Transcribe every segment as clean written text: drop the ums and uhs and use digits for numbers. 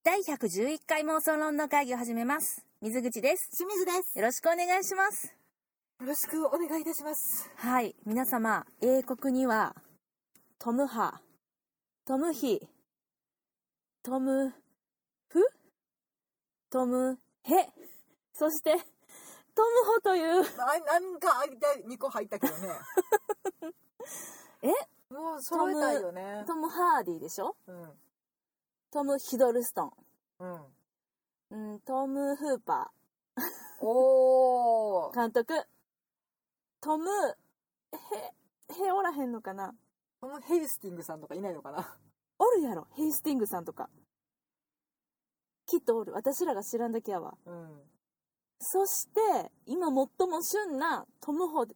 第111回妄想論の会議を始めます。水口です。 清水です。 よろしくお願いします。 よろしくお願いいたします。 はい、皆様、英国にはトムハ、トムヒ、トムフ、トムヘ、そしてトムホというなんか間2個入ったけどね。もう揃えたいよね。 トムハーディでしょ、トムヒドルストン、トムフーパー監督、トムヘおらへんのかな。 トムヘイスティングさんとかいないのかな。 おるやろ、ヘイスティングさんとかきっとおる。私らが知らんだけやわ。そして今最も旬なトムホ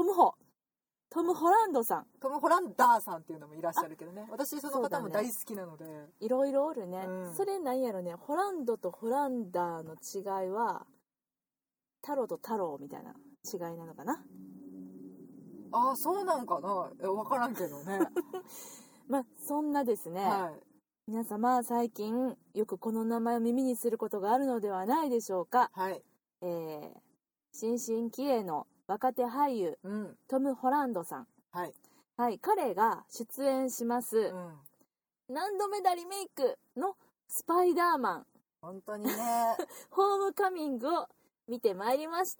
ランドさん、 トム・ホランダーさんっていうのもいらっしゃるけどね。私その方も大好きなので、 いろいろおるね、それなんやろね。ホランドとホランダーの違いは太郎と太郎みたいな違いなのかな。 ああ、そうなんかな。分からんけどね。 まあそんなですね、皆様最近よくこの名前を耳にすることがあるのではないでしょうか。新進気鋭の若手俳優、トム・ホランドさん、彼が出演します、何度目だリメイクのスパイダーマン、 本当にね。 ホームカミングを見てまいりました。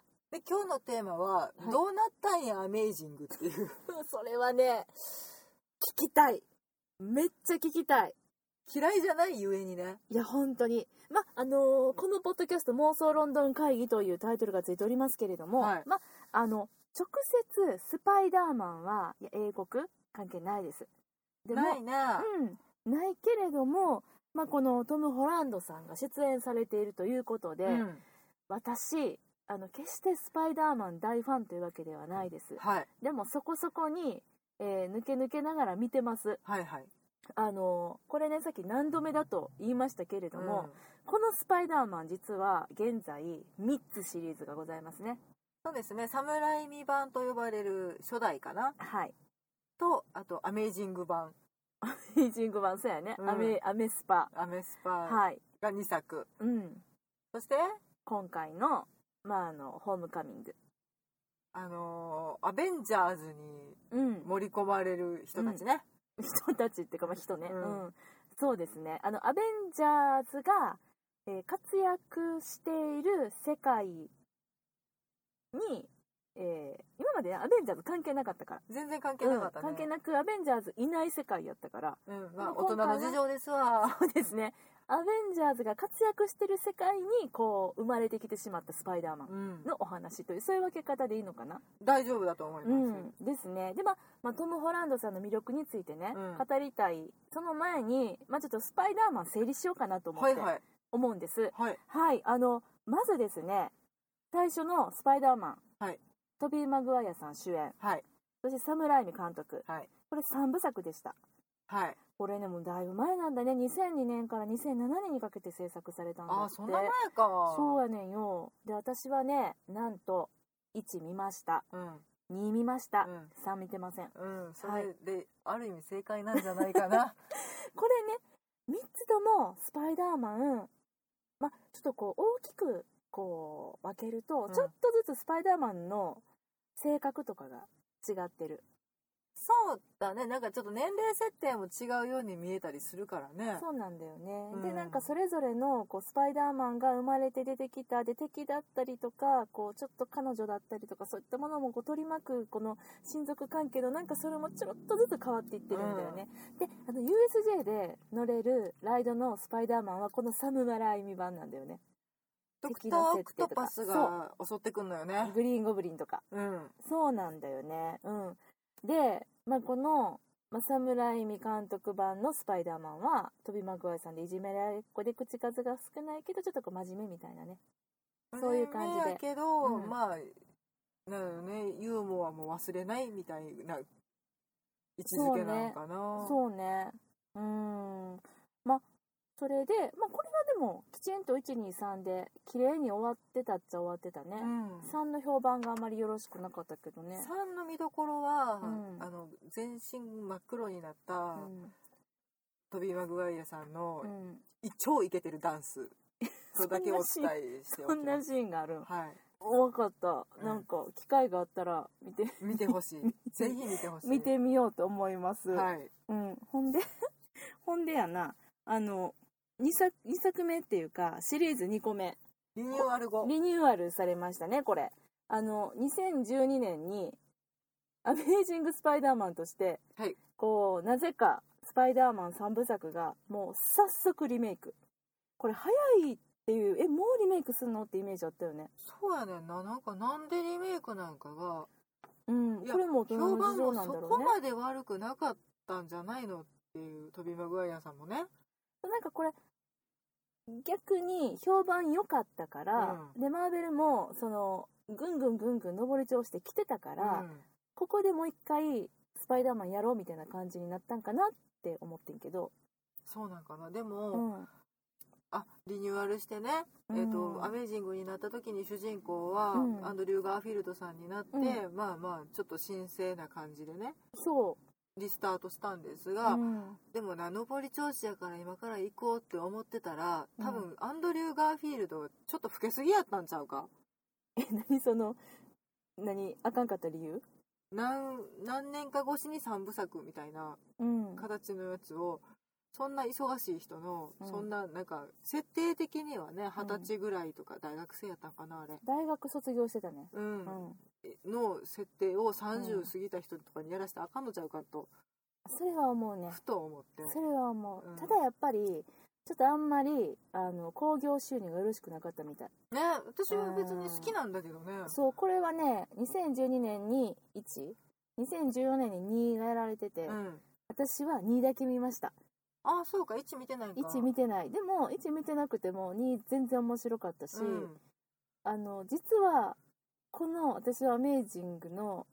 で、今日のテーマは、どうなったんやアメイジングっていう。 それはね、聞きたい。めっちゃ聞きたい。 嫌いじゃないゆえにね。 いや本当にこのポッドキャスト妄想ロンドン会議というタイトルがついておりますけれども、直接スパイダーマンはいや英国関係ないです。でもないな、 ないけれども、このトム・ホランドさんが出演されているということで、私決してスパイダーマン大ファンというわけではないです、でもそこそこに、抜けながら見てます。これね、さっき何度目だと言いましたけれども、このスパイダーマン実は現在3つシリーズがございますね。 そうですね、サムライミ版と呼ばれる初代かな、と、あとアメイジング版そうやね、アメスパが2作、そして今回の、ホームカミング、 アベンジャーズに盛り込まれる人たちね、 人たちっていうか人ね、そうですね。アベンジャーズが、活躍している世界に、今までアベンジャーズ関係なかったから、 全然関係なかったね、 関係なくアベンジャーズいない世界やったから、 大人の事情ですわ。 そうですね。アベンジャーズが活躍してる世界にこう生まれてきてしまったスパイダーマンのお話という、そういう分け方でいいのかな。 大丈夫だと思います、 ですね。でトム・ホランドさんの魅力についてね、語りたいその前に、ちょっとスパイダーマン整理しようかなと思って思うんです。まずですね、最初のスパイダーマン、トビー・マグワイアさん主演、そしてサム・ライミ監督、これ3部作でした。これね、もうだいぶ前なんだね。2002年から2007年にかけて制作されたんだって。 そんな前か。 そうやねんよ。で、私はね、なんと1見ました、2見ました、3見てません。 それで、ある意味正解なんじゃないかな。 これね、3つともスパイダーマン、ちょっとこう大きくこう分けると、ちょっとずつスパイダーマンの性格とかが違ってる。 そうだね、なんかちょっと年齢設定も違うように見えたりするからね。 そうなんだよね、でなんかそれぞれのこうスパイダーマンが生まれて出てきた敵だったりとか、こうちょっと彼女だったりとか、そういったものもこう取り巻くこの親族関係のなんかそれもちょろっとずつ変わっていってるんだよね、でUSJ で乗れるライドのスパイダーマンはこのサム・ライミ版なんだよね。 ドクター・オクトパスが襲ってくんのよね。 グリーンゴブリンとか、そうなんだよね。で、この、サム・ライミ監督版のスパイダーマンはトビー・マグワイさんでいじめられっ子で口数が少ないけどちょっとこう真面目みたいなね、そういう感じで。 だけど、なんよね、ユーモアも忘れないみたいな位置づけなのかな。 そうね。それで、これはでもきちんと123で綺麗に終わってたっちゃ終わってたね、3の評判があまりよろしくなかったけどね。 3の見どころは、全身真っ黒になった、 トビー・マグワイアさんの、超イケてるダンスそれだけお伝えしておきます。 そんなシーンがある。 はい。 分かった。なんか機会があったら見てほしい。ぜひ見てほしい。 見てみようと思います。 はい。 ほんでやな、2作目っていうかシリーズ2個目リニューアル後リニューアルされましたね。これ2012年にアメージングスパイダーマンとして、 はい、 こうなぜかスパイダーマン3部作がもう早速リメイク。これ早いっていう、もうリメイクすんのってイメージあったよね。 そうやねんな。なんかなんでリメイクなんかが、 これも大人の事情なんだろうね。 そこまで悪くなかったんじゃないのっていうトビー・マグワイアさんもね。 なんかこれ逆に評判良かったから、でマーベルもそのぐんぐん上り調子で来てたから、ここでもう一回スパイダーマンやろうみたいな感じになったんかなって思ってんけど。 そうなんかな。でも、リニューアルしてね、アメージングになった時に主人公は、アンドリュー・ガーフィールドさんになって、まあちょっと神聖な感じでね、リスタートしたんですが、でもな、上り調子やから今から行こうって思ってたら、多分アンドリュー・ガーフィールドちょっと老けすぎやったんちゃうか。 あかんかった理由？ 何年か越しに3部作みたいな形のやつを、そんな忙しい人の、そんななんか設定的にはね、20歳ぐらいとか大学生やったんかな、あれ。 大学卒業してたね。 の設定を30過ぎた人とかにやらせてあかんのちゃうかと。 それは思うね。 ふと思って。 それは思う。ただやっぱりちょっとあんまり興行収入がよろしくなかったみたい。 ね、私は別に好きなんだけどね。 そう、これはね、2012年に1、2014年に2がやられてて、私は2だけ見ました。 ああ、そうか、1見てないか。 1見てない。でも1見てなくても2全然面白かったし、実はこの私はアメージングの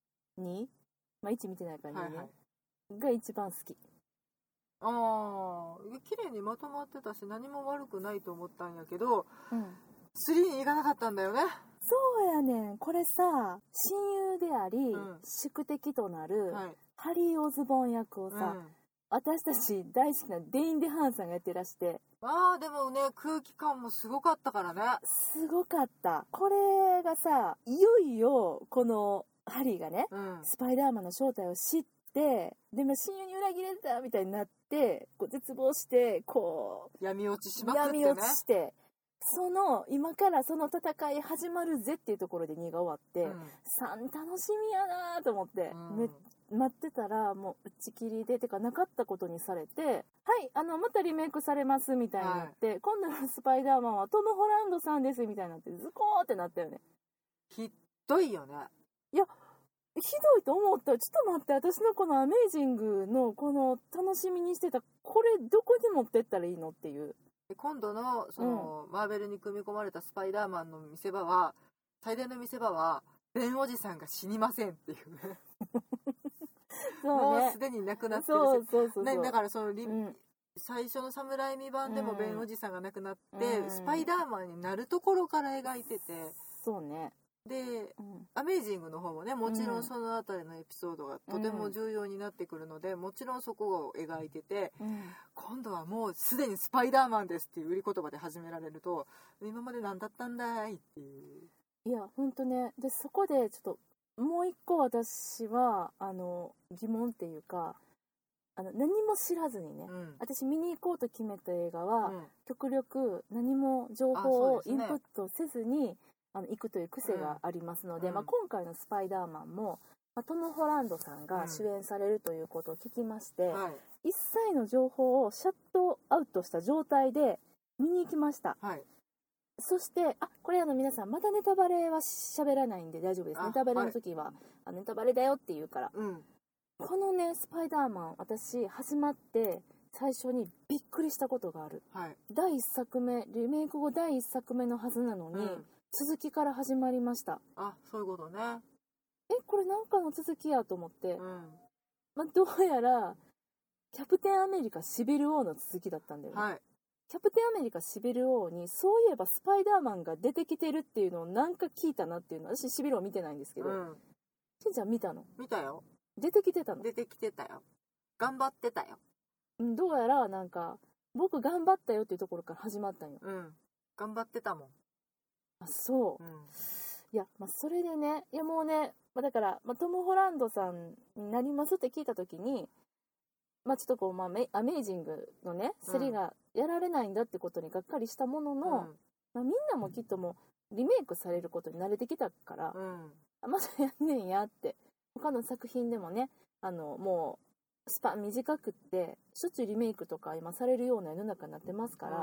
2、1見てないから2ね、が一番好き。 ああ、綺麗にまとまってたし何も悪くないと思ったんやけど、3に行かなかったんだよね。 そうやねん。これさ、親友であり、宿敵となる、ハリー・オズボーン役をさ、私たち大好きなデイン・デハーンさんがやってらして。 でもね、空気感もすごかったからね。 すごかった。これがさ、いよいよこのハリーがね、スパイダーマンの正体を知って、でも親友に裏切れたみたいになって、こう絶望して、こう闇落ちしまくってね。 闇落ちして、今からその戦い始まるぜっていうところで2が終わって、3楽しみやなと思って、待ってたらもう打ち切りでてかなかったことにされて、またリメイクされますみたいになって、今度のスパイダーマンはトム・ホランドさんですみたいになって、ズコーってなったよね。 ひどいよね。 いや、ひどいと思った。ちょっと待って、私のこのアメージングのこの楽しみにしてた、これどこに持ってったらいいのっていう。 今度のマーベルに組み込まれたスパイダーマンの見せ場は、最大の見せ場はベンおじさんが死にませんっていうね。もうすでに亡くなってるし、だから最初の侍未版でもベンおじさんが亡くなって、スパイダーマンになるところから描いてて、 そうね。 で、アメージングの方もね、もちろんそのあたりのエピソードがとても重要になってくるので、もちろんそこを描いてて、今度はもうすでにスパイダーマンですっていう売り言葉で始められると、今まで何だったんだいっていう。 いやほんとね。でそこでちょっともう一個私は疑問っていうか、何も知らずにね、私見に行こうと決めた映画は、極力何も情報をインプットせずに行くという癖がありますので、今回のスパイダーマンも、トム・ホランドさんが主演されるということを聞きまして、一切の情報をシャットアウトした状態で見に行きました。そしてこれ皆さんまだネタバレは喋らないんで大丈夫です。ネタバレの時は、ネタバレだよって言うから、このねスパイダーマン、私始まって最初にびっくりしたことがある。第1作目リメイク後第1作目のはずなのに、続きから始まりました。 そういうことね。 これなんかの続きやと思って、どうやらキャプテンアメリカシビル王の続きだったんだよね。キャプテンアメリカシビル王にそういえばスパイダーマンが出てきてるっていうのをなんか聞いたなっていうの。私シビル王見てないんですけど、しんちゃん見たの？ 見たよ。 出てきてたの？ 出てきてたよ。頑張ってたよ。 どうやらなんか僕頑張ったよっていうところから始まったんよ。 頑張ってたもん。 あ、そう。いや、それでね、いやもうね、だから、トム・ホランドさんになりますって聞いたときに、ちょっとこう、アメイジングのね、セリがやられないんだってことにがっかりしたものの、みんなもきっともう、リメイクされることに慣れてきたから、まだやんねんやって、他の作品でもね、もう、スパン短くって、しょっちゅうリメイクとか今されるような世の中になってますから、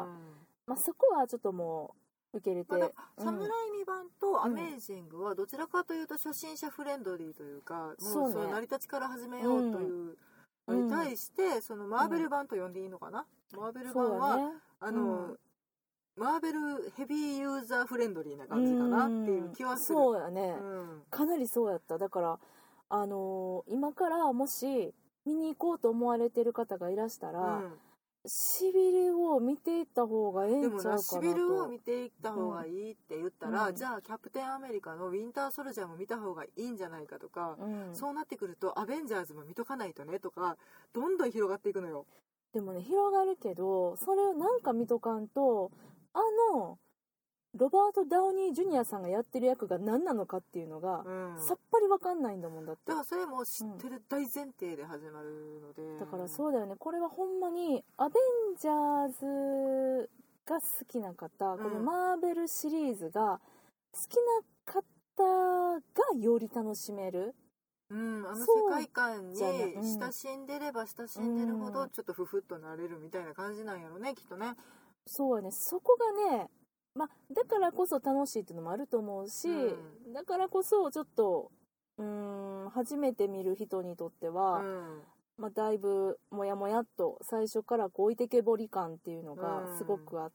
そこはちょっともう、受け入れて、 サムライミ版とアメイジングはどちらかというと初心者フレンドリーというか、もうその成り立ちから始めようというのに対して、そのマーベル版と呼んでいいのかな、マーベル版は、マーベルヘビーユーザーフレンドリーな感じかなっていう気はする。 そうやね、かなりそうやった。だから今からもし見に行こうと思われてる方がいらしたら、シビルを見ていった方がええんちゃうかなと。でもシビルを見ていった方がいいって言ったら、じゃあキャプテンアメリカのウィンターソルジャーも見た方がいいんじゃないかとか、そうなってくるとアベンジャーズも見とかないとねとか、どんどん広がっていくのよ。 でもね、広がるけど、それをなんか見とかんと、ロバート・ダウニー・ジュニアさんがやってる役が何なのかっていうのが、さっぱり分かんないんだもん。だってだからそれも知ってる大前提で始まるので、 だからそうだよね。これはほんまにアベンジャーズが好きな方、このマーベルシリーズが好きな方がより楽しめる、 世界観に親しんでれば親しんでるほどちょっとふふっとなれるみたいな感じなんやろね、きっとね。 そうやね。そこがね、だからこそ楽しいっていうのもあると思うし、だからこそちょっと初めて見る人にとっては、だいぶもやもやっと最初から置いてけぼり感っていうのがすごくあって、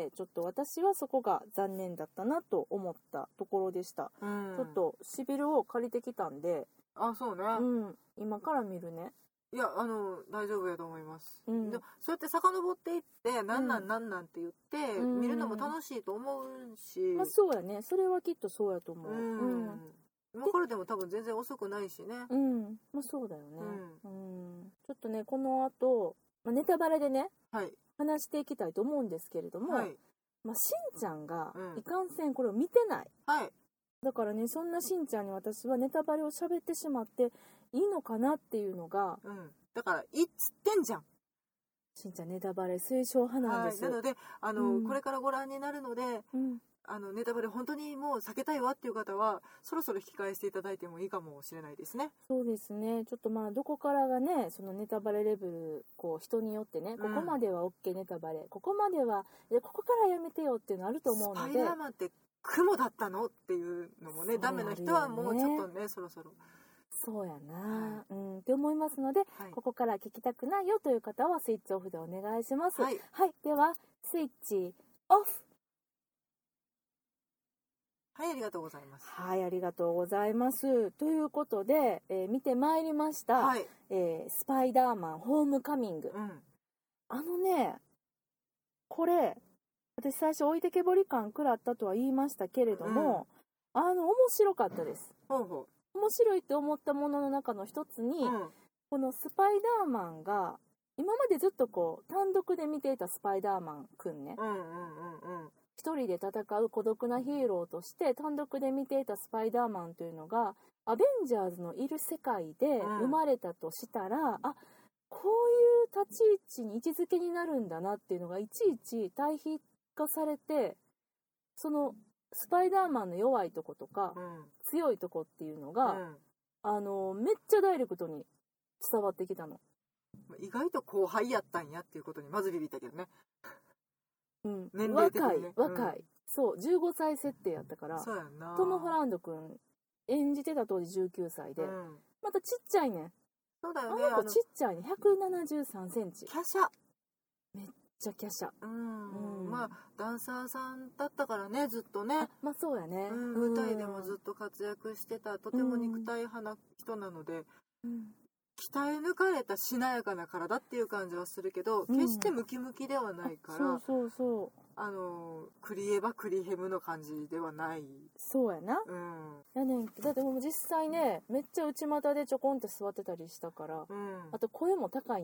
ちょっと私はそこが残念だったなと思ったところでした。ちょっとシビルを借りてきたんで、 そうね、 今から見るね。 いや大丈夫やと思います、でそうやって遡っていってなんなんって言って、見るのも楽しいと思うし、 そうやね。それはきっとそうやと思う。 今からでも多分全然遅くないしね。 そうだよね。ちょっとね、この後、ネタバレでね、話していきたいと思うんですけれども、しんちゃんがいかんせんこれを見てない。だからね、そんなしんちゃんに私はネタバレを喋ってしまっていいのかなっていうのが、 だからいっつってんじゃん。 しんちゃんネタバレ推奨派なんです。 なのでこれからご覧になるので、ネタバレ本当にもう避けたいわっていう方はそろそろ引き返していただいてもいいかもしれないですね。 そうですね。ちょっとどこからがね、そのネタバレレベル、人によってね、ここまでは OK ネタバレ、ここまではここからやめてよっていうのあると思うので。 スパイダーマンって雲だったのっていうのもね、ダメな人はもうちょっとね、そろそろ。 そうやな、って思いますので、ここから聞きたくないよという方はスイッチオフでお願いします。ではスイッチオフ。 ありがとうございます。 ありがとうございます。ということで、見てまいりました、スパイダーマンホームカミング。これ私最初置いてけぼり感食らったとは言いましたけれども、面白かったです。面白いって思ったものの中の一つに、このスパイダーマンが今までずっと単独で見ていたスパイダーマンくんね、一人で戦う孤独なヒーローとして単独で見ていたスパイダーマンというのがアベンジャーズのいる世界で生まれたとしたら、こういう立ち位置に位置づけになるんだなっていうのがいちいち対比化されて、そのスパイダーマンの弱いとことか、強いとこっていうのが、めっちゃダイレクトに伝わってきたの。 意外と後輩やったんやっていうことにまずビビったけどね。 年齢的にね、若い、そう15歳設定やったから。 そうやんな。 トム・ホランド君演じてた当時19歳で、またちっちゃいね。 そうだよね。 ちっちゃいね。173センチ。 華奢。 めっちゃ華奢。 ダンサーさんだったからね、ずっとね。 そうやね。 舞台でもずっと活躍してた、とても肉体派な人なので、鍛え抜かれたしなやかな体っていう感じはするけど、決してムキムキではないから、クリエバクリヘムの感じではない。 そうやな。やねん。だってもう実際ね、めっちゃ内股でちょこんって座ってたりしたから、あと声も高いね。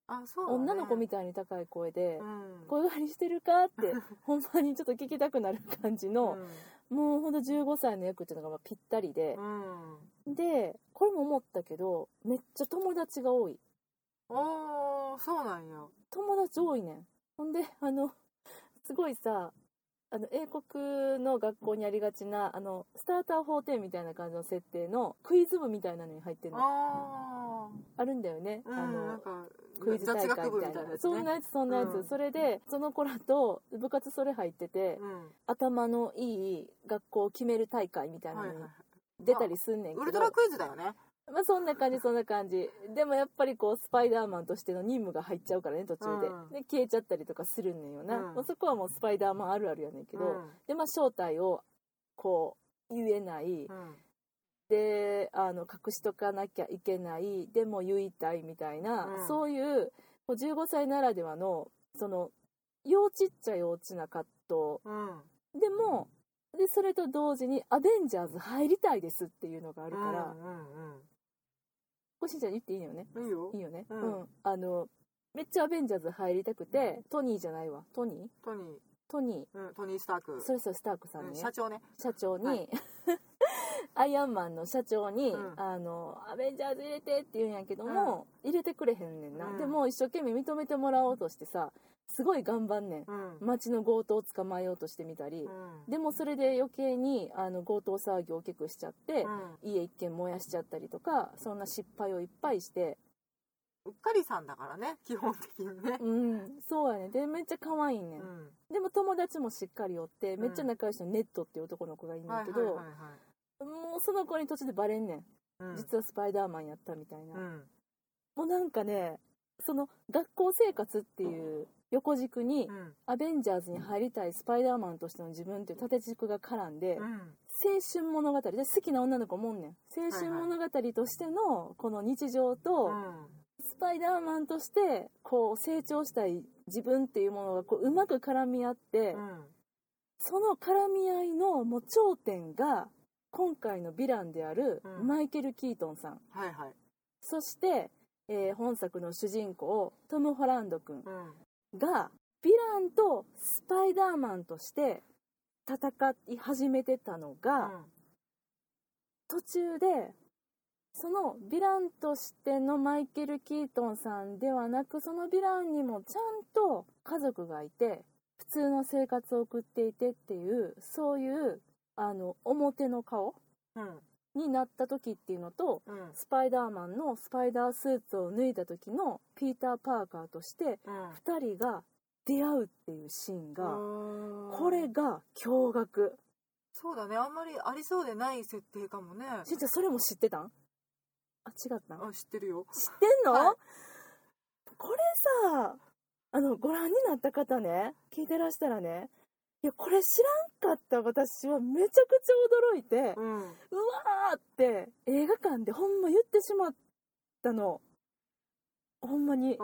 そうだね、 女の子みたいに高い声で、声変わりしてるかってほんまにちょっと聞きたくなる感じの、もうほんと15歳の役っていうのがぴったりで、でこれも思ったけどめっちゃ友達が多い。 そうなんや。 友達多いねん。ほんですごいさ、英国の学校にありがちなスターター14みたいな感じの設定のクイズ部みたいなのに入ってるのあるんだよね。 なんかクイズ大会みたいな、そんなやつ、それでその子らと部活それ入ってて、頭のいい学校を決める大会みたいなのに出たりすんねんけど、 ウルトラクイズだよね。 そんな感じでもやっぱりこうスパイダーマンとしての任務が入っちゃうからね、途中で、消えちゃったりとかするんねんよな、そこはもうスパイダーマンあるあるやねんけど、で正体をこう言えない、で隠しとかなきゃいけない、でも言いたいみたいな、そういう15歳ならではのその幼稚っちゃ幼稚な葛藤、でもそれと同時にアベンジャーズ入りたいですっていうのがあるから、これしんちゃん言っていいよね。いいよね。めっちゃアベンジャーズ入りたくて、トニーじゃないわ、トニースターク、 それスタークさんね、 社長に、 はい、アイアンマンの社長に、アベンジャーズ入れてって言うんやけども、入れてくれへんねんな、でも一生懸命認めてもらおうとしてさ、すごい頑張んねん、街の強盗を捕まえようとしてみたり、でもそれで余計に強盗騒ぎを大きくしちゃって、家一軒燃やしちゃったりとか、そんな失敗をいっぱいして、 うっかりさんだからね、基本的にね。 そうやね。でめっちゃ可愛いねん、でも友達もしっかりおって、めっちゃ仲良しのネットっていう男の子がいるんだけど、もうその子に途中でバレんねん、実はスパイダーマンやったみたいな、もうなんかね、その学校生活っていう横軸に、アベンジャーズに入りたいスパイダーマンとしての自分っていう縦軸が絡んで、青春物語で好きな女の子もんねん、青春物語としてのこの日常と、スパイダーマンとしてこう成長したい自分っていうものがこううまく絡み合って、その絡み合いのもう頂点が今回のヴィランであるマイケル・キートンさん、そして、本作の主人公トム・ホランド君がヴィランとスパイダーマンとして戦い始めてたのが、途中でそのヴィランとしてのマイケル・キートンさんではなく、そのヴィランにもちゃんと家族がいて普通の生活を送っていてっていう、そういう表の顔、になった時っていうのと、スパイダーマンのスパイダースーツを脱いだ時のピーター・パーカーとして2人が出会うっていうシーンが、これが驚愕。 そうだね、あんまりありそうでない設定かもね。 しんちゃんそれも知ってたん？違ったん？ 知ってるよ。 知ってんの？これさ、ご覧になった方ね、聞いてらしたらね、いやこれ知らんかった私はめちゃくちゃ驚いて、うわーって映画館でほんま言ってしまったの、ほんまに。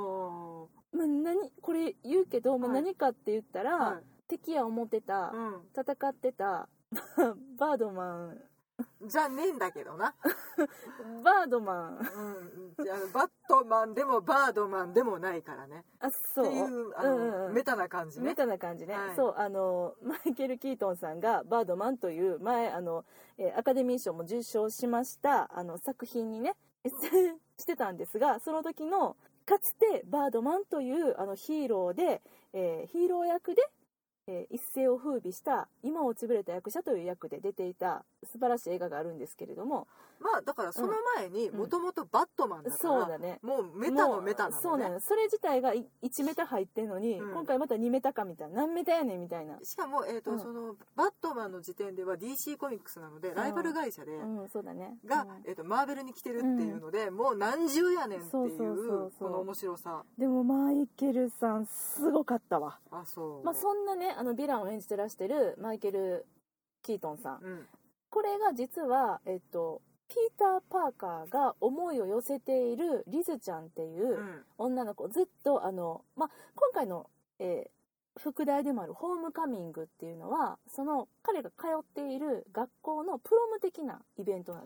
これ言うけど、何かって言ったら、敵や思ってた、戦ってたバードマンじゃねえんだけどなバードマン、 バットマンでもバードマンでもないからね。 そうっていうメタな感じね。 メタな感じね、そうマイケル・キートンさんがバードマンという前アカデミー賞も受賞しました作品にね出演してたんですが、その時のかつてバードマンというヒーローで、ヒーロー役で一世を風靡した今落ちぶれた役者という役で出ていた素晴らしい映画があるんですけれども、 だからその前にもともとバットマンだから、 そうだね、 もうメタのメタなのね。 そうなの、それ自体が1メタ入ってんのに、今回また2メタかみたいな、何メタやねんみたいな。 しかも、そのバットマンの時点では DC コミックスなのでライバル会社で、 そうだね、 が、マーベルに来てるっていうので、もう何十やねんっていうこの面白さ。 でもマイケルさんすごかったわ。 そう。 そんなねヴィランを演じてらしてるマイケル・キートンさん、これが実はピーター・パーカーが思いを寄せているリズちゃんっていう女の子、ずっと今回の、副題でもあるホームカミングっていうのは、その彼が通っている学校のプロム的なイベントなんです。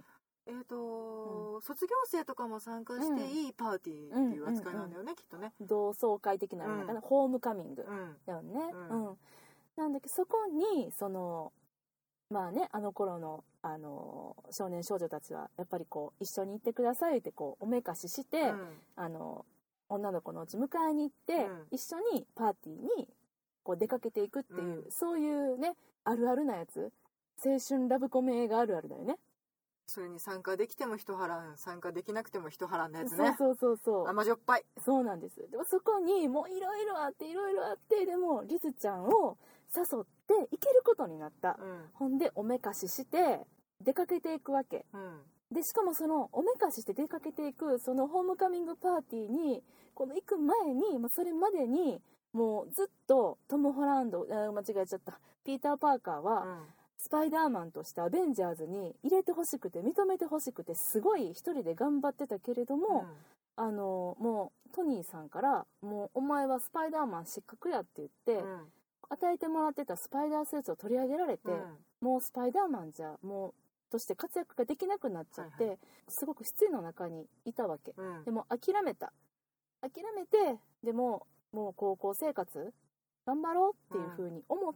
卒業生とかも参加していいパーティーっていう扱いなんだよね、きっとね。 同窓会的なのかな、ホームカミングだよね。なんだけど、そこにそのまあね、あの頃の少年少女たちはやっぱりこう一緒に行ってくださいってこうおめかしして、女の子のうち迎えに行って、一緒にパーティーにこう出かけていくっていう、そういうねあるあるなやつ、青春ラブコメ映画あるあるだよね。 それに参加できても一波乱、参加できなくても一波乱のやつね。 そう甘じょっぱい。 そうなんです。でもそこにもういろいろあってでもリズちゃんを誘って行けることになった、ほんでおめかしして出かけていくわけ、でしかもそのおめかしして出かけていくそのホームカミングパーティーにこの行く前に、それまでにもうずっとトム・ホランド、間違えちゃった、ピーター・パーカーは、スパイダーマンとしてアベンジャーズに入れてほしくて認めてほしくてすごい一人で頑張ってたけれども、もうトニーさんからもうお前はスパイダーマン失格やって言って、与えてもらってたスパイダースーツを取り上げられて、もうスパイダーマンじゃもうとして活躍ができなくなっちゃって、すごく失意の中にいたわけ、でも諦めてでももう高校生活頑張ろうっていう風に思って、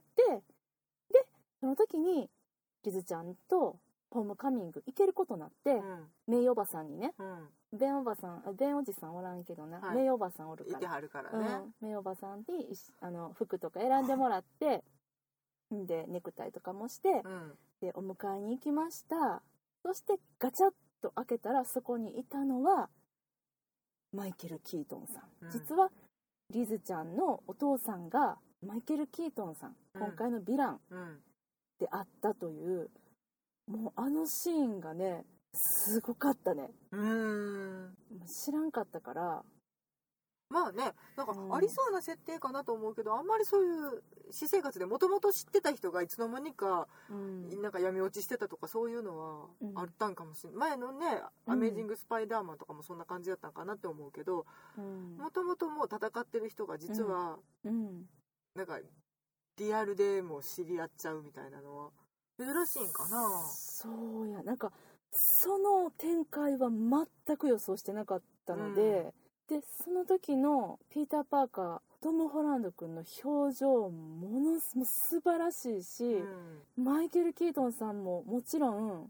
でその時にリズちゃんとホームカミング行けることになって、メイおばさんにね、ベンおじさんおらんけどな、メイおばさんおるからいてはるからね、 メイおばさんに服とか選んでもらってでネクタイとかもして、でお迎えに行きました。そしてガチャッと開けたらそこにいたのはマイケル・キートンさん、実はリズちゃんのお父さんがマイケル・キートンさん、今回のヴィランであったという、もうあのシーンがねすごかったね。知らんかったから、 まあね、なんかありそうな設定かなと思うけど、あんまりそういう私生活でもともと知ってた人がいつの間にか、なんか闇落ちしてたとかそういうのはあったんかもしれない、前のねアメージングスパイダーマンとかもそんな感じだったんかなって思うけど、もともともう戦ってる人が実は、なんかリアルでも知り合っちゃうみたいなのは珍しいんかな。 そうや、なんかその展開は全く予想してなかったので、でその時のピーター・パーカー、トム・ホランド君の表情ものすごい素晴らしいし、マイケル・キートンさんももちろん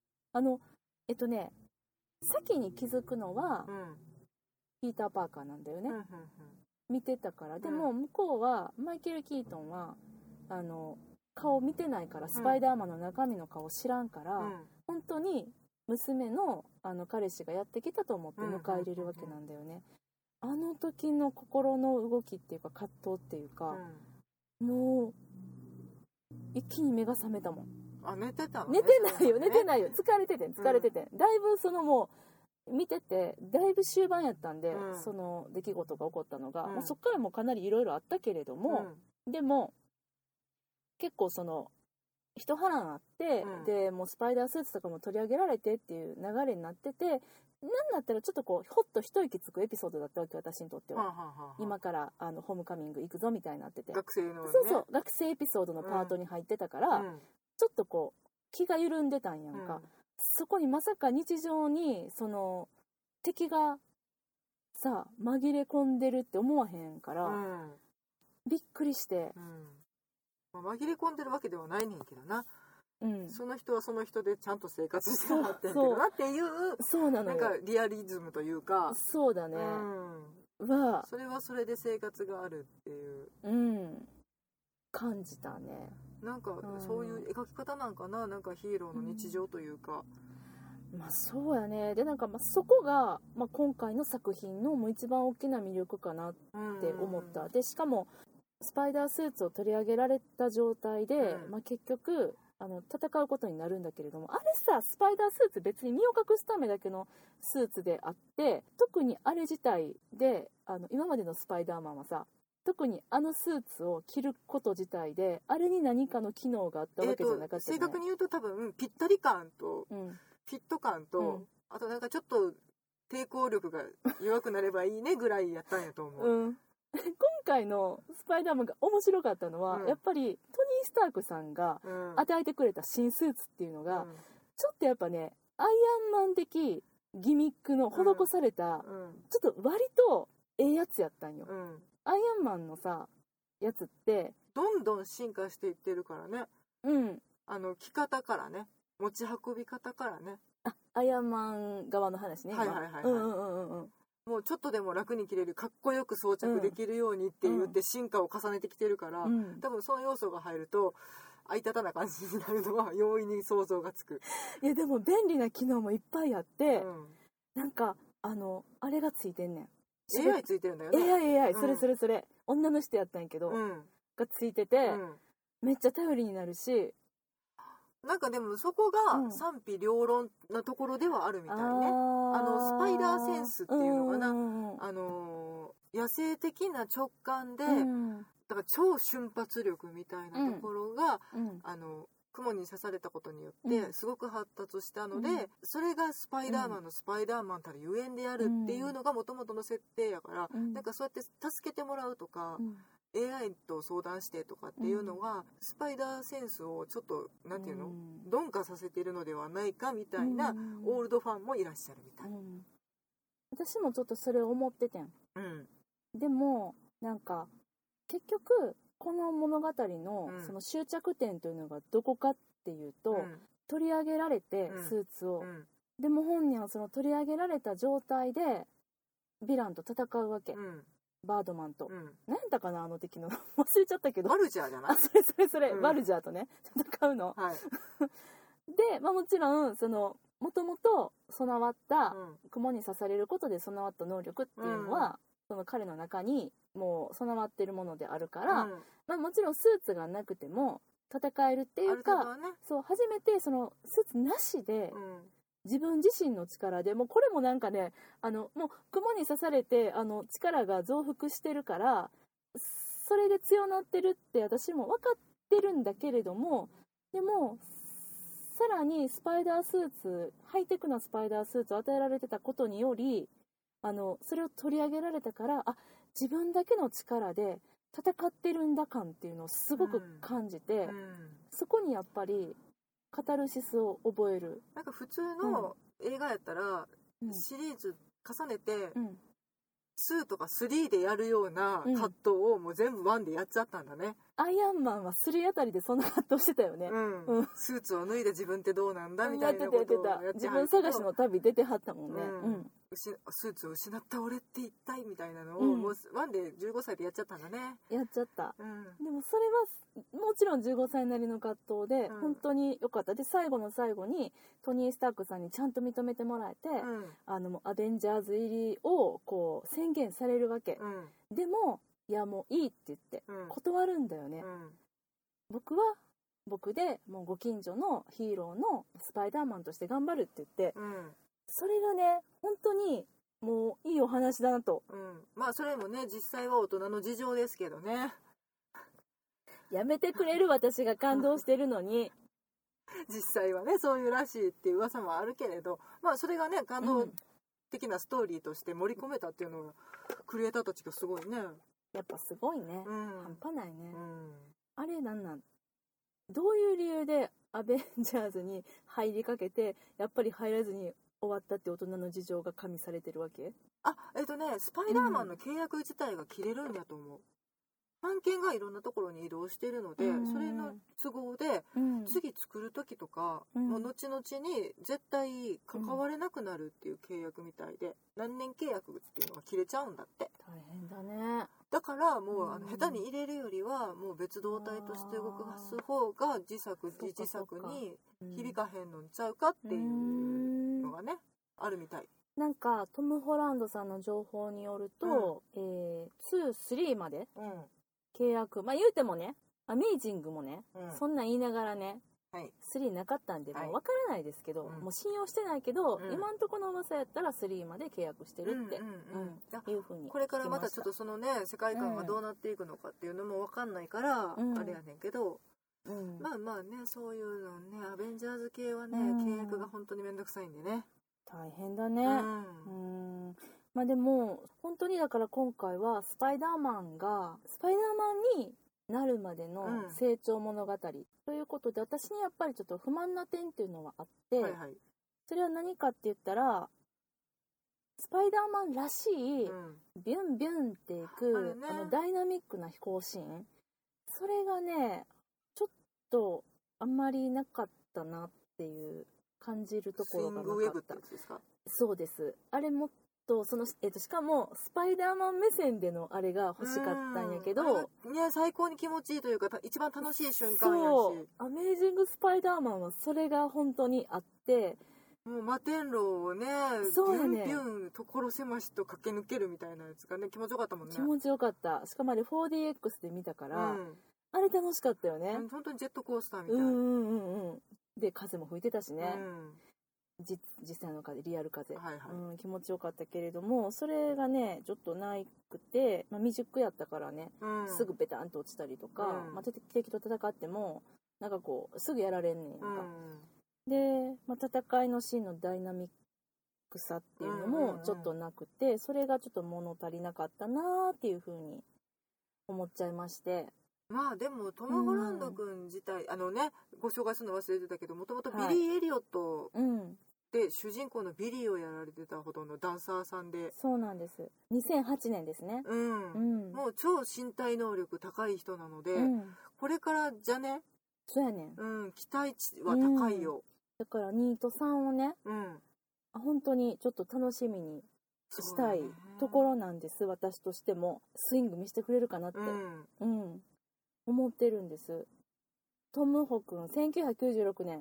先に気づくのは、ピーター・パーカーなんだよね、見てたから。でも向こうはマイケル・キートンは顔見てないから、スパイダーマンの中身の顔知らんから、本当に娘の彼氏がやってきたと思って迎え入れるわけなんだよね。あの時の心の動きっていうか葛藤っていうか、もう一気に目が覚めたもん。 寝てたのね。 寝てないよ疲れてて、だいぶそのもう見ててだいぶ終盤やったんで、その出来事が起こったのが、もうそっからもかなりいろいろあったけれども、でも結構その一波乱あって、でもうスパイダースーツとかも取り上げられてっていう流れになってて、なんだったらちょっとこうほっと一息つくエピソードだったわけ、私にとっては。今からホームカミング行くぞみたいになってて、 学生のね、 学生エピソードのパートに入ってたから、ちょっとこう気が緩んでたんやんか、そこにまさか日常にその敵がさ紛れ込んでるって思わへんから、びっくりして、 紛れ込んでるわけではないねんけどな、その人はその人でちゃんと生活してはってんけどなっていう、 そうなのよ、 なんかリアリズムというか、 そうだね、 それはそれで生活があるっていう、 感じたね。 なんかそういう描き方なんかな、なんかヒーローの日常というか、 そうやね。でなんかそこが、今回の作品のもう一番大きな魅力かなって思った。でしかもスパイダースーツを取り上げられた状態で、結局戦うことになるんだけれども、あれさスパイダースーツ別に身を隠すためだけのスーツであって、特にあれ自体で今までのスパイダーマンはさ、特にあのスーツを着ること自体であれに何かの機能があったわけじゃなかった、 正確に言うと多分ぴったり感と、フィット感と、あとなんかちょっと抵抗力が弱くなればいいねぐらいやったんやと思う。 今回のスパイダーマンが面白かったのは、やっぱりトニー・スタークさんが与えてくれた新スーツっていうのが、ちょっとやっぱねアイアンマン的ギミックの施された、ちょっと割とええやつやったんよ、アイアンマンのさやつってどんどん進化していってるからね。着方からね、持ち運び方からね。 アイアンマン側の話ね。 もうちょっとでも楽に着れる、かっこよく装着できるようにって言って進化を重ねてきてるから、多分その要素が入るとあいたたな感じになるのは容易に想像がつく。 いやでも便利な機能もいっぱいあって、なんかあれがついてんねん。 AI ついてるんだよね。 AI、それ女の人やったんやけど、がついてて、めっちゃ頼りになるし、 なんかでもそこが賛否両論なところではあるみたいね。スパイダーセンスっていうのかな、野生的な直感で、だから超瞬発力みたいなところが、雲に刺されたことによってすごく発達したので、それがスパイダーマンのスパイダーマンたるゆえんであるっていうのが元々の設定やから、なんかそうやって助けてもらうとか、AI と相談してとかっていうのが、スパイダーセンスをちょっとなんていうの、鈍化させているのではないかみたいなオールドファンもいらっしゃるみたい、 私もちょっとそれを思っててん、でもなんか結局この物語のその終着点というのがどこかっていうと、取り上げられてスーツを、でも本人はその取り上げられた状態でヴィランと戦うわけ、バードマンと、何やったかなあの敵の忘れちゃったけど、 バルジャーじゃない？ それ、バルジャーとね戦うの、で、もちろんそのもともと備わった雲に刺されることで備わった能力っていうのは、その彼の中にもう備わってるものであるから、もちろんスーツがなくても戦えるっていうか、そう初めてそのスーツなしで、自分自身の力でもうこれもなんかね、もう雲に刺されて力が増幅してるから、それで強なってるって私も分かってるんだけれども、でもさらにスパイダースーツ、ハイテクなスパイダースーツを与えられてたことにより、それを取り上げられたから、自分だけの力で戦ってるんだ感っていうのをすごく感じて、そこにやっぱりカタルシスを覚える。 なんか普通の映画やったら、シリーズ重ねて、2とか3でやるような葛藤をもう全部1でやっちゃったんだね。 アイアンマンは3あたりでそんな葛藤してたよね。 スーツを脱いで自分ってどうなんだみたいなことをやって自分探しの旅出てはったもんね。 スーツを失った俺って一体みたいなのを、もう1で15歳でやっちゃったんだね。 やっちゃった。でもそれはもちろん15歳なりの葛藤で本当に良かった。で最後の最後にトニー・スタークさんにちゃんと認めてもらえて、アベンジャーズ入りをこう宣言されるわけ。でもいやもういいって言って断るんだよね。僕は僕でもうご近所のヒーローのスパイダーマンとして頑張るって言って、それがね本当にもういいお話だなと、 まあそれもね実際は大人の事情ですけどね。 やめてくれる私が感動してるのに実際はねそういうらしいっていう噂もあるけれど、まあそれがね感動的なストーリーとして盛り込めたっていうのは、クリエイターたちがすごいね。 やっぱすごいね、半端ないね、あれなんどういう理由でアベンジャーズに入りかけてやっぱり入らずに終わったって大人の事情が加味されてるわけ？ スパイダーマンの契約自体が切れるんだと思う。版権がいろんなところに移動してるので、それの都合で、次作る時とか、もう後々に絶対関われなくなるっていう契約みたいで、何年契約っていうのが切れちゃうんだって。 大変だね。 だからもう、下手に入れるよりはもう別動体として動かす方が自作自作に響かへんのんちゃうかっていうのがね、あるみたい。 なんかトム・ホランドさんの情報によると、2、3まで契約、言うてもね、アメイジングもね、そんなん言いながらね、3なかったんで、もう分からないですけど、もう信用してないけど、今んとこの噂やったら3まで契約してるっていうふうに。 これからまたちょっとそのね、世界観がどうなっていくのかっていうのも分かんないから、あれやねんけど、まあまあね、そういうのね、アベンジャーズ系はね、契約が本当にめんどくさいんでね。 大変だね。でも本当にだから今回はスパイダーマンになるまでの成長物語ということで、私にやっぱりちょっと不満な点っていうのはあって、 それは何かって言ったら、スパイダーマンらしい、ビュンビュンっていく、ダイナミックな飛行シーン。それがね、ちょっとあんまりなかったなっていう感じるところがなかった。スイングウェブってやつですか？そうです。あれもっと、しかも、スパイダーマン目線でのあれが欲しかったんやけど、 いや、最高に気持ちいいというか、一番楽しい瞬間やし。 そう、アメージングスパイダーマンはそれが本当にあって、 もう摩天楼をね、 そうやね、 ビュンビュン所狭しと駆け抜けるみたいなやつがね、気持ちよかったもんね。 気持ちよかった。しかもあれ 4DX で見たから、あれ楽しかったよね。 本当にジェットコースターみたい。 で、風も吹いてたしね。実際の風、リアル風、気持ちよかったけれども、それがねちょっとなくて、未熟やったからね、すぐベタンと落ちたりとか、敵と戦ってもなんかこうすぐやられんねんやんか、で、戦いのシーンのダイナミックさっていうのもちょっとなくて、それがちょっと物足りなかったなーっていう風に思っちゃいまして。 まあでもトム・ホランド君自体、ご紹介するの忘れてたけど、もともとビリー・エリオットで主人公のビリーをやられてたほどのダンサーさんで。 そうなんです。2008年ですね。 もう超身体能力高い人なので、これからじゃね。 そうやねん。期待値は高いよ。 だから2と3をね、本当にちょっと楽しみにしたいところなんです。私としてもスイング見せてくれるかなって、思ってるんです。トム・ホ君、1996年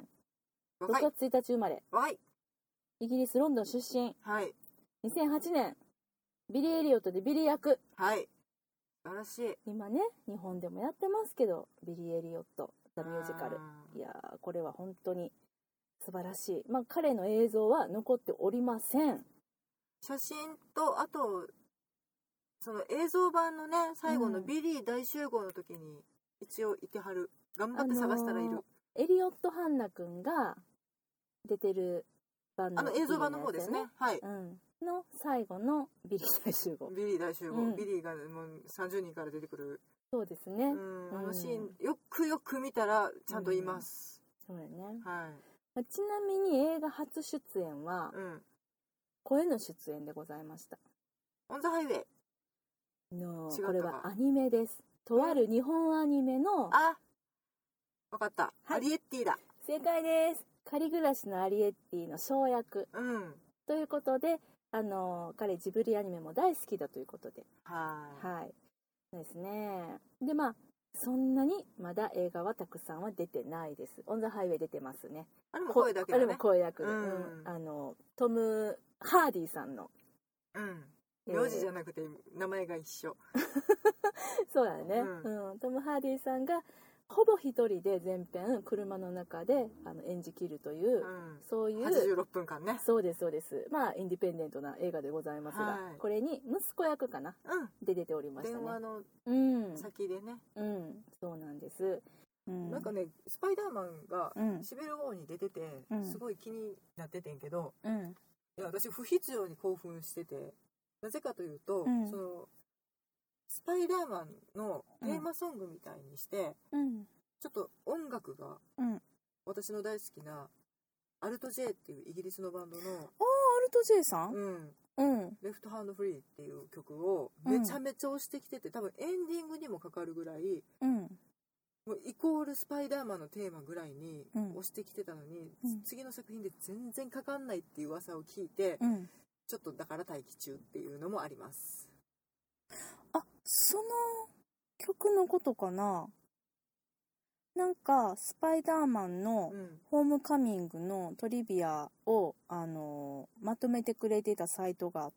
6月1日生まれ、イギリス・ロンドン出身、2008年ビリー・エリオットでビリー役、 素晴らしい。 今ね日本でもやってますけど、ビリー・エリオットザ・ミュージカル、いやー、これは本当に素晴らしい。彼の映像は残っておりません。 写真と、あとその映像版のね、最後のビリー大集合の時に一応いてはる。頑張って探したらいる。 エリオット・ハンナ君が出てる版の、 映像版の方ですね。 の最後のビリー大集合。 ビリー大集合。ビリーがもう30人から出てくる。 そうですね。 あのシーン、よくよく見たらちゃんといます。 そうやね。ちなみに映画初出演は、声の出演でございました。 オンザハイウェイ。 これはアニメです。とある日本アニメの、 わかった、アリエッティだ。 正解です。仮暮らしのアリエッティの生役、ということで、彼ジブリアニメも大好きだということで、そうですね。で、そんなにまだ映画はたくさんは出てないです。オンザハイウェイ出てますね。 あれも声だけだね。 あれも声役で、トム・ハーディさんの、 名字じゃなくて名前が一緒。 そうだね、トム・ハーディさんがほぼ一人で全編車の中で演じきるという、そういう 86分間ね。 そうですそうです。インディペンデントな映画でございますが、これに息子役かな、で出ておりましたね。 電話の先でね。 そうなんです。 なんかね、スパイダーマンがシビルウォーに出てて、すごい気になっててんけど、いや、私不必要に興奮してて、なぜかというと、そのスパイダーマンのテーマソングみたいにして、ちょっと音楽が、私の大好きなアルト J っていうイギリスのバンドの、アルト J さん、 レフトハンドフリーっていう曲をめちゃめちゃ押してきてて、多分エンディングにもかかるぐらい、もうイコールスパイダーマンのテーマぐらいに押してきてたのに、次の作品で全然かかんないっていう噂を聞いて、ちょっとだから待機中っていうのもあります。 その曲のことかな。なんかスパイダーマンのホームカミングのトリビアを、まとめてくれてたサイトがあって、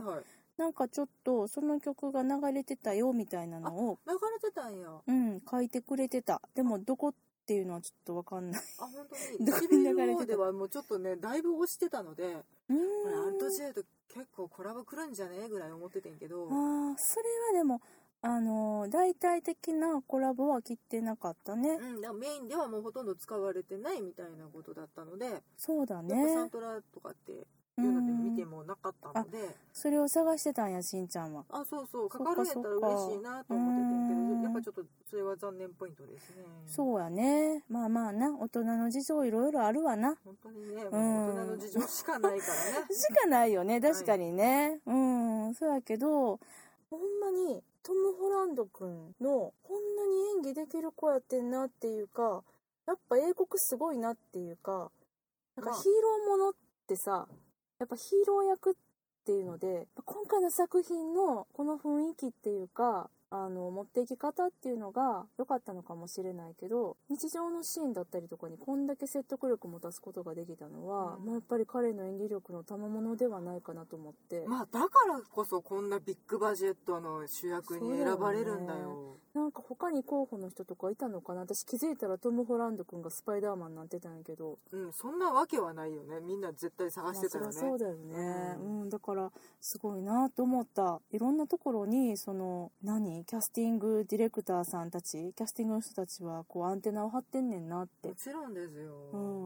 なんかちょっとその曲が流れてたよみたいなのを流れてたんや。 書いてくれてた。でもどこっていうのはちょっと分かんない。 本当に。シビルウォーではもうちょっとね、だいぶ押してたので、これアルト J と結構コラボ来るんじゃねえぐらい思っててんけど。 それはでも大々的なコラボは切ってなかったね。 メインではもうほとんど使われてないみたいなことだったので。 そうだね。 サントラとかっていうので見てもなかったので、 それを探してたんや、しんちゃんは。 そうそう、かかるんやったら嬉しいなと思っててんけど、やっぱちょっとそれは残念ポイントですね。 そうやね。まあまあな、大人の事情いろいろあるわな。 本当にね、もう大人の事情しかないからね。 しかないよね、確かにね。そうやけど、ほんまにトム・ホランドくんのこんなに演技できる子やってんなっていうか、やっぱ英国すごいなっていうか、なんかヒーローものってさ、やっぱヒーロー役っていうので、今回の作品のこの雰囲気っていうか、持っていき方っていうのが良かったのかもしれないけど、日常のシーンだったりとかにこんだけ説得力も出すことができたのは、やっぱり彼の演技力の賜物ではないかなと思って。 だからこそこんなビッグバジェットの主役に選ばれるんだよ。 なんか他に候補の人とかいたのかな。私気づいたらトム・ホランド君がスパイダーマンになってたんやけど。 そんなわけはないよね。みんな絶対探してたよね。 そうだよね。だからすごいなと思った。いろんなところにキャスティングディレクターさんたち、キャスティングの人たちはこうアンテナを張ってんねんなって。 もちろんですよ。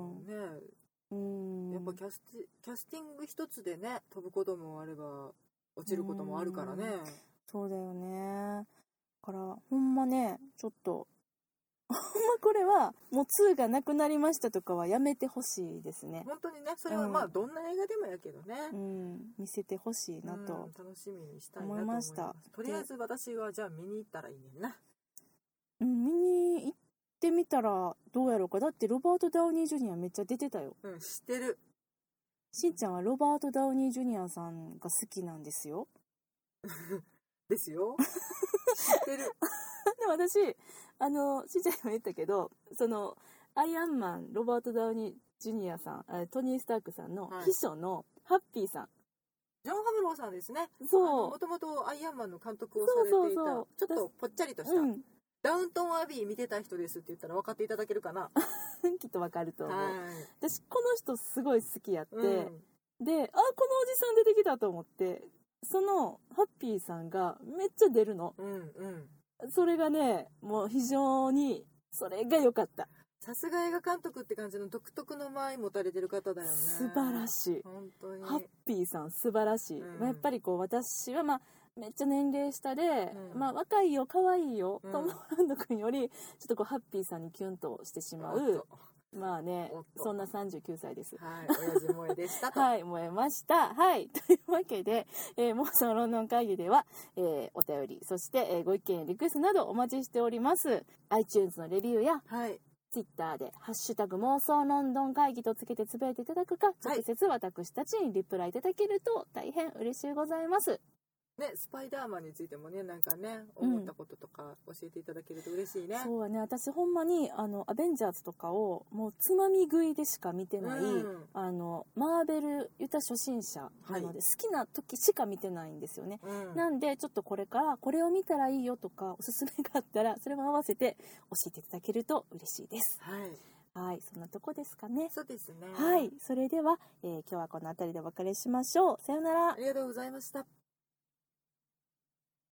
やっぱキャスティング一つでね、飛ぶこともあれば落ちることもあるからね。 そうだよね。だからほんまね、ちょっとほんまこれはもう2がなくなりましたとかはやめてほしいですね。 本当にね、それはどんな映画でもやけどね、 見せてほしいなと、 楽しみにしたいなと思いました。とりあえず私はじゃあ見に行ったらいいねんな。 見に行ってみたらどうやろうか。だってロバート・ダウニー・ジュニアめっちゃ出てたよ。 知ってる。 しんちゃんはロバート・ダウニー・ジュニアさんが好きなんですよ。 ですよ。知ってる。 でも私しんちゃんにも言ったけど、アイアンマンロバート・ダウニー・ジュニアさん、トニー・スタークさんの秘書のハッピーさん、 ジョン・ハムローさんですね。 そう、 もともとアイアンマンの監督をされていた、ちょっとぽっちゃりとした、ダウントン・アビー見てた人ですって言ったら分かっていただけるかな。 きっと分かると思う。私この人すごい好きやって、で、このおじさん出てきたと思って、そのハッピーさんがめっちゃ出るの。それがね、もう非常にそれが良かった。 さすが映画監督って感じの独特の間合い持たれてる方だよね。 素晴らしい。 本当にハッピーさん素晴らしい。やっぱりこう私はめっちゃ年齢下で、若いよ可愛いよ、トム・ホランド君よりちょっとこうハッピーさんにキュンとしてしまう。まあね、そんな39歳です。 はい、親父萌えでしたと。 はい、萌えました。はい、というわけで、妄想論論会議では、お便り、そして、ご意見やリクエストなどお待ちしております。iTunes のレビューや、Twitter で、ハッシュタグ妄想論論会議とつけてつぶやいていただくか、直接私たちにリプライいただけると大変嬉しいございます。 ね、スパイダーマンについてもね、なんかね、思ったこととか教えていただけると嬉しいね。 そうはね、私ほんまにアベンジャーズとかをもうつまみ食いでしか見てない、マーベル言った初心者なので、好きな時しか見てないんですよね。なんでちょっとこれからこれを見たらいいよとかおすすめがあったらそれも合わせて教えていただけると嬉しいです。はい、そんなとこですかね。 そうですね。 はい、それでは、今日はこの辺りでお別れしましょう。さよなら。 ありがとうございました。